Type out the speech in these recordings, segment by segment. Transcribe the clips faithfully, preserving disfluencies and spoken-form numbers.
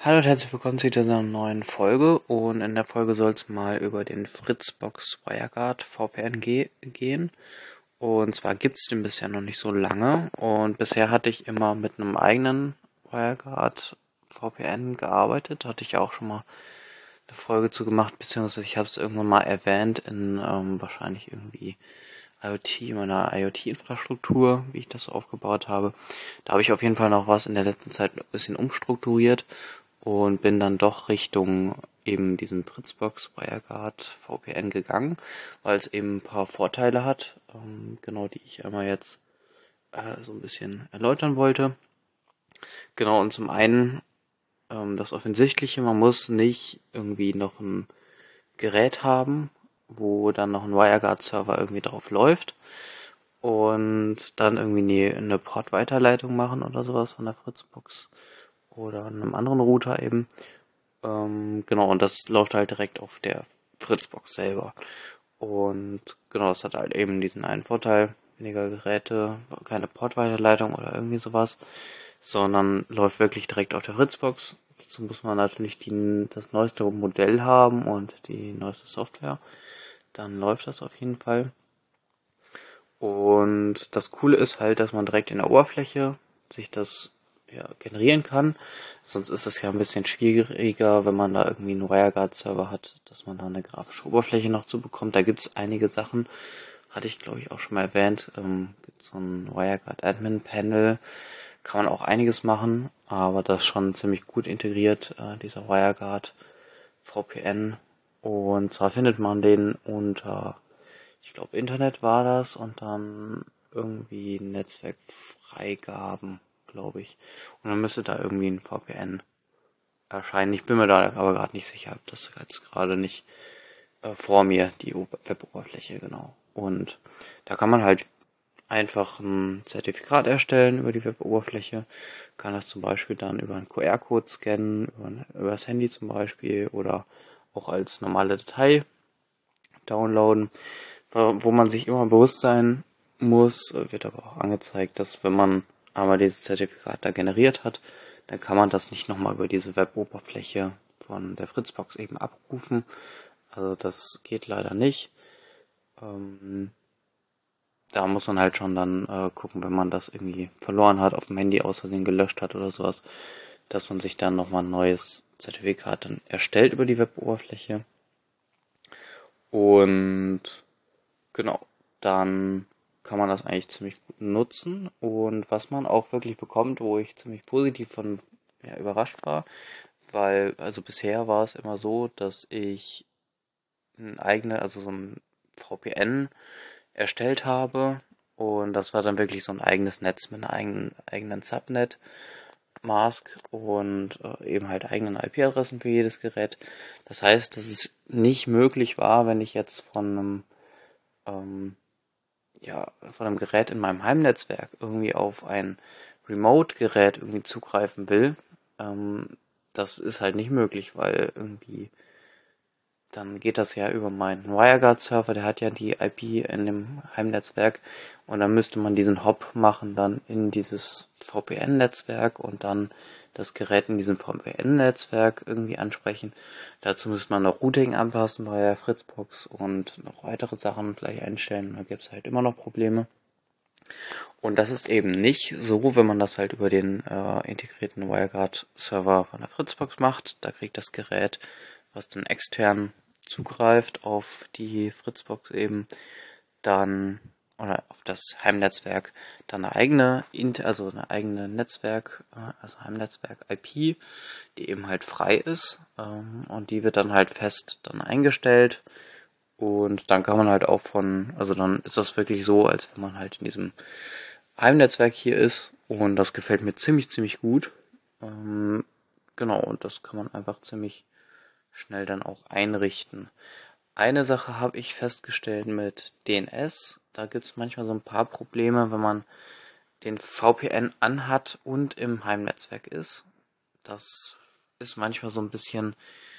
Hallo und herzlich willkommen zu dieser neuen Folge, und in der Folge soll es mal über den Fritzbox WireGuard V P N ge gehen. Und zwar gibt es den bisher noch nicht so lange, und bisher hatte ich immer mit einem eigenen WireGuard V P N gearbeitet. Hatte ich auch schon mal eine Folge zu gemacht, beziehungsweise ich habe es irgendwann mal erwähnt in ähm, wahrscheinlich irgendwie IoT, meiner IoT-Infrastruktur, wie ich das so aufgebaut habe. Da habe ich auf jeden Fall noch was in der letzten Zeit ein bisschen umstrukturiert und bin dann doch Richtung eben diesem Fritzbox WireGuard V P N gegangen, weil es eben ein paar Vorteile hat, ähm, genau, die ich einmal jetzt äh, so ein bisschen erläutern wollte. Genau, und zum einen ähm, das Offensichtliche, man muss nicht irgendwie noch ein Gerät haben, wo dann noch ein WireGuard-Server irgendwie drauf läuft und dann irgendwie eine, eine Port-Weiterleitung machen oder sowas von der Fritzbox oder einem anderen Router eben. Ähm, genau, und das läuft halt direkt auf der Fritzbox selber. Und genau, es hat halt eben diesen einen Vorteil, weniger Geräte, keine Portweiterleitung oder irgendwie sowas, sondern läuft wirklich direkt auf der Fritzbox. Dazu muss man natürlich die, das neueste Modell haben und die neueste Software. Dann läuft das auf jeden Fall. Und das Coole ist halt, dass man direkt in der Oberfläche sich das ja, generieren kann. Sonst ist es ja ein bisschen schwieriger, wenn man da irgendwie einen WireGuard-Server hat, dass man da eine grafische Oberfläche noch zu bekommt. Da gibt es einige Sachen, hatte ich glaube ich auch schon mal erwähnt. Ähm, gibt so ein WireGuard Admin Panel, kann man auch einiges machen, aber das ist schon ziemlich gut integriert, äh, dieser WireGuard V P N. Und zwar findet man den unter, ich glaube, Internet war das, und dann irgendwie Netzwerkfreigaben, glaube ich. Und dann müsste da irgendwie ein V P N erscheinen. Ich bin mir da aber gerade nicht sicher, habe das jetzt gerade nicht äh, vor mir, die Web-Oberfläche, genau. Und da kann man halt einfach ein Zertifikat erstellen über die Web-Oberfläche, kann das zum Beispiel dann über einen Q R-Code scannen, über, über das Handy zum Beispiel, oder auch als normale Datei downloaden. Wo man sich immer bewusst sein muss, wird aber auch angezeigt, dass wenn man einmal dieses Zertifikat da generiert hat, dann kann man das nicht nochmal über diese Web-Oberfläche von der Fritzbox eben abrufen. Also das geht leider nicht. Ähm, da muss man halt schon dann äh, gucken, wenn man das irgendwie verloren hat, auf dem Handy aus Versehen gelöscht hat oder sowas, dass man sich dann nochmal ein neues Zertifikat dann erstellt über die Web-Oberfläche. Und genau, dann kann man das eigentlich ziemlich gut nutzen. Und was man auch wirklich bekommt, wo ich ziemlich positiv von ja, überrascht war, weil, also bisher war es immer so, dass ich ein eigene, also so ein V P N erstellt habe, und das war dann wirklich so ein eigenes Netz mit einer eigenen, eigenen Subnet. Mask und äh, eben halt eigenen I P-Adressen für jedes Gerät. Das heißt, dass es nicht möglich war, wenn ich jetzt von einem ähm, ja, von einem Gerät in meinem Heimnetzwerk irgendwie auf ein Remote-Gerät irgendwie zugreifen will, ähm, das ist halt nicht möglich, weil irgendwie dann geht das ja über meinen WireGuard-Server, der hat ja die I P in dem Heimnetzwerk, und dann müsste man diesen Hop machen dann in dieses V P N-Netzwerk und dann das Gerät in diesem V P N-Netzwerk irgendwie ansprechen. Dazu müsste man noch Routing anpassen bei der Fritzbox und noch weitere Sachen vielleicht einstellen. Da gibt es halt immer noch Probleme. Und das ist eben nicht so, wenn man das halt über den äh, integrierten WireGuard-Server von der Fritzbox macht. Da kriegt das Gerät, was dann extern zugreift auf die Fritzbox eben, dann, oder auf das Heimnetzwerk, dann eine eigene, also eine eigene Netzwerk, äh, also Heimnetzwerk-I P, die eben halt frei ist, ähm, und die wird dann halt fest dann eingestellt, und dann kann man halt auch von, also dann ist das wirklich so, als wenn man halt in diesem Heimnetzwerk hier ist, und das gefällt mir ziemlich, ziemlich gut. Ähm, genau, und das kann man einfach ziemlich schnell dann auch einrichten. Eine Sache habe ich festgestellt mit D N S. Da gibt es manchmal so ein paar Probleme, wenn man den V P N anhat und im Heimnetzwerk ist. Das ist manchmal so ein bisschen,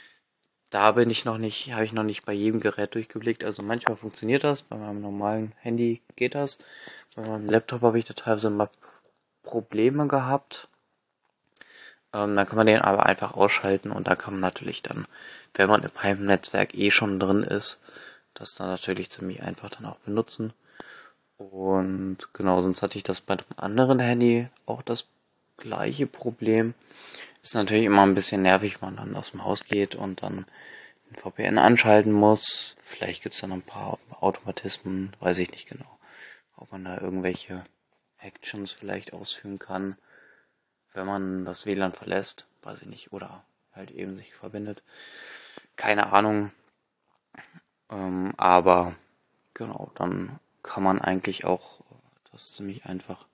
da bin ich noch nicht, habe ich noch nicht bei jedem Gerät durchgeblickt. Also manchmal funktioniert das, bei meinem normalen Handy geht das. Bei meinem Laptop habe ich da teilweise mal Probleme gehabt. Ähm, dann kann man den aber einfach ausschalten und da kann man natürlich dann, wenn man im Heimnetzwerk eh schon drin ist, das dann natürlich ziemlich einfach dann auch benutzen. Und genau, sonst hatte ich das bei dem anderen Handy auch das gleiche Problem. Ist natürlich immer ein bisschen nervig, wenn man dann aus dem Haus geht und dann den V P N anschalten muss. Vielleicht gibt's dann ein paar Automatismen, weiß ich nicht genau. Ob man da irgendwelche Actions vielleicht ausführen kann, wenn man das W L A N verlässt, weiß ich nicht, oder halt eben sich verbindet. Keine Ahnung, ähm, aber genau, dann kann man eigentlich auch das ziemlich einfach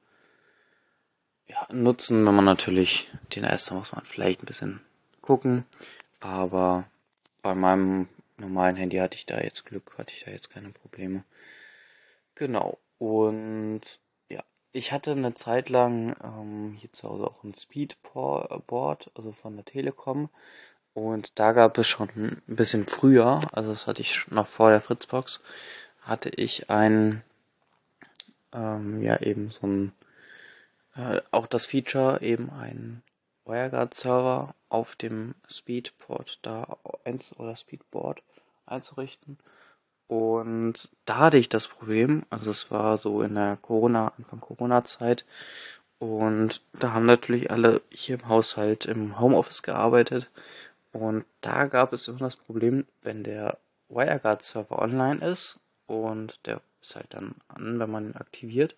ja, nutzen, wenn man natürlich den D N S, da muss man vielleicht ein bisschen gucken, aber bei meinem normalen Handy hatte ich da jetzt Glück, hatte ich da jetzt keine Probleme. Genau, und ja, ich hatte eine Zeit lang ähm, hier zu Hause auch ein Speedboard, also von der Telekom. Und da gab es schon ein bisschen früher, also das hatte ich noch vor der Fritzbox, hatte ich ein, ähm, ja eben so ein, äh, auch das Feature, eben einen WireGuard-Server auf dem Speedport da eins oder Speedboard einzurichten. Und da hatte ich das Problem, also es war so in der Corona, Anfang Corona-Zeit. Und da haben natürlich alle hier im Haushalt im Homeoffice gearbeitet. Und da gab es immer das Problem, wenn der WireGuard-Server online ist und der ist halt dann an, wenn man ihn aktiviert,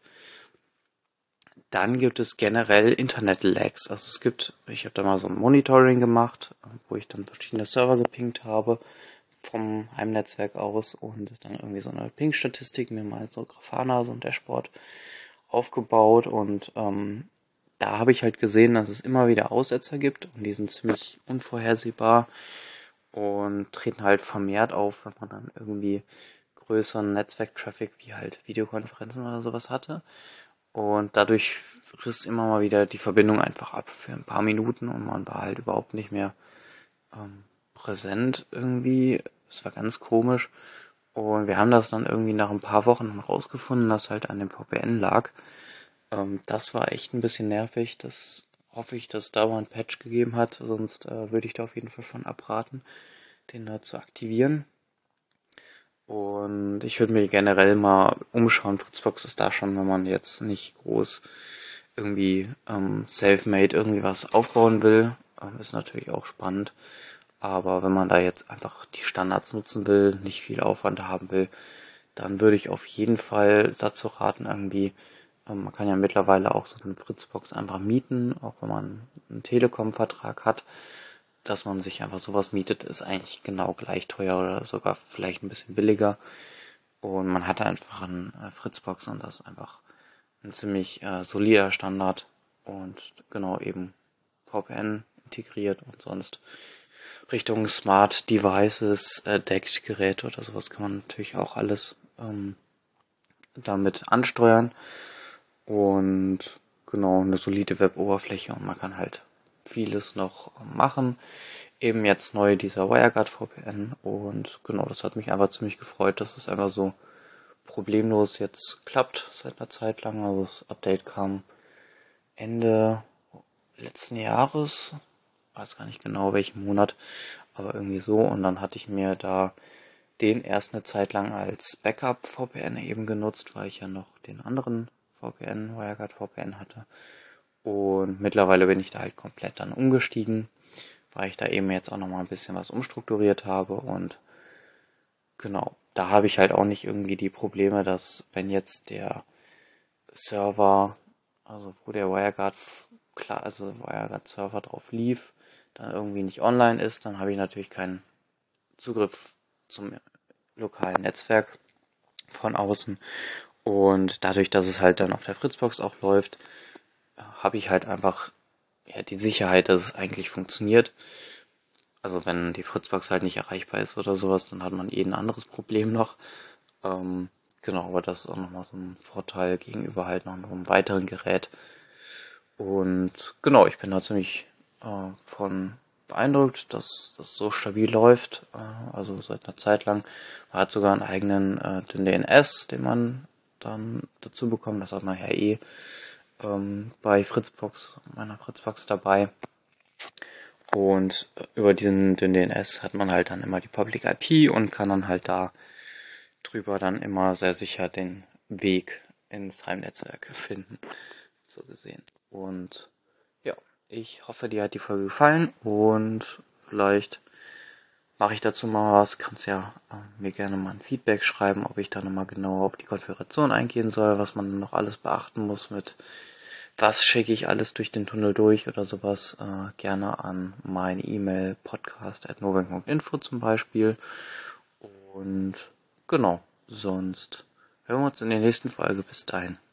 dann gibt es generell Internet-Lags. Also es gibt, ich habe da mal so ein Monitoring gemacht, wo ich dann verschiedene Server gepingt habe vom Heimnetzwerk aus und dann irgendwie so eine Ping-Statistik mir mal so Grafana, so ein Dashboard aufgebaut und ähm, da habe ich halt gesehen, dass es immer wieder Aussetzer gibt und die sind ziemlich unvorhersehbar und treten halt vermehrt auf, wenn man dann irgendwie größeren Netzwerktraffic wie halt Videokonferenzen oder sowas hatte. Und dadurch riss immer mal wieder die Verbindung einfach ab für ein paar Minuten und man war halt überhaupt nicht mehr ähm, präsent irgendwie. Es war ganz komisch. Und wir haben das dann irgendwie nach ein paar Wochen rausgefunden, dass halt an dem V P N lag. Ähm, das war echt ein bisschen nervig. Das hoffe ich, dass da mal ein Patch gegeben hat. Sonst äh, würde ich da auf jeden Fall von abraten, den da zu aktivieren. Und ich würde mir generell mal umschauen. Fritzbox ist da schon, wenn man jetzt nicht groß irgendwie ähm, self-made irgendwie was aufbauen will. Ähm, ist natürlich auch spannend. Aber wenn man da jetzt einfach die Standards nutzen will, nicht viel Aufwand haben will, dann würde ich auf jeden Fall dazu raten, irgendwie, ähm, man kann ja mittlerweile auch so eine Fritzbox einfach mieten, auch wenn man einen Telekom-Vertrag hat, dass man sich einfach sowas mietet, ist eigentlich genau gleich teuer oder sogar vielleicht ein bisschen billiger. Und man hat einfach eine äh, Fritzbox und das ist einfach ein ziemlich äh, solider Standard und genau eben V P N integriert und sonst Richtung Smart Devices, äh, Deckt Geräte oder sowas kann man natürlich auch alles ähm, damit ansteuern und genau eine solide Web-Oberfläche und man kann halt vieles noch machen. Eben jetzt neu dieser WireGuard V P N und genau, das hat mich einfach ziemlich gefreut, dass es einfach so problemlos jetzt klappt seit einer Zeit lang. Also das Update kam Ende letzten Jahres, weiß gar nicht genau welchen Monat, aber irgendwie so. Und dann hatte ich mir da den erst eine Zeit lang als Backup-V P N eben genutzt, weil ich ja noch den anderen V P N, WireGuard V P N hatte. Und mittlerweile bin ich da halt komplett dann umgestiegen, weil ich da eben jetzt auch nochmal ein bisschen was umstrukturiert habe und genau, da habe ich halt auch nicht irgendwie die Probleme, dass wenn jetzt der Server, also wo der WireGuard, klar, also WireGuard Server drauf lief, dann irgendwie nicht online ist, dann habe ich natürlich keinen Zugriff zum lokalen Netzwerk von außen. Und dadurch, dass es halt dann auf der Fritzbox auch läuft, habe ich halt einfach ja, die Sicherheit, dass es eigentlich funktioniert. Also wenn die Fritzbox halt nicht erreichbar ist oder sowas, dann hat man eh ein anderes Problem noch. Ähm, genau, aber das ist auch nochmal so ein Vorteil gegenüber halt noch einem weiteren Gerät. Und genau, ich bin da ziemlich äh, von beeindruckt, dass das so stabil läuft. Äh, also seit einer Zeit lang. Man hat sogar einen eigenen äh, den D N S, den man dann dazu bekommt. Das hat man ja eh ähm, bei Fritzbox, meiner Fritzbox dabei. Und über diesen den D N S hat man halt dann immer die Public I P und kann dann halt da drüber dann immer sehr sicher den Weg ins Heimnetzwerk finden, so gesehen. Und ja, ich hoffe, dir hat die Folge gefallen und vielleicht mache ich dazu mal was. Kannst ja äh, mir gerne mal ein Feedback schreiben, ob ich da nochmal genauer auf die Konfiguration eingehen soll, was man noch alles beachten muss mit was schicke ich alles durch den Tunnel durch oder sowas. Äh, gerne an meine E-Mail podcast at novink punkt info zum Beispiel. Und genau, sonst hören wir uns in der nächsten Folge. Bis dahin.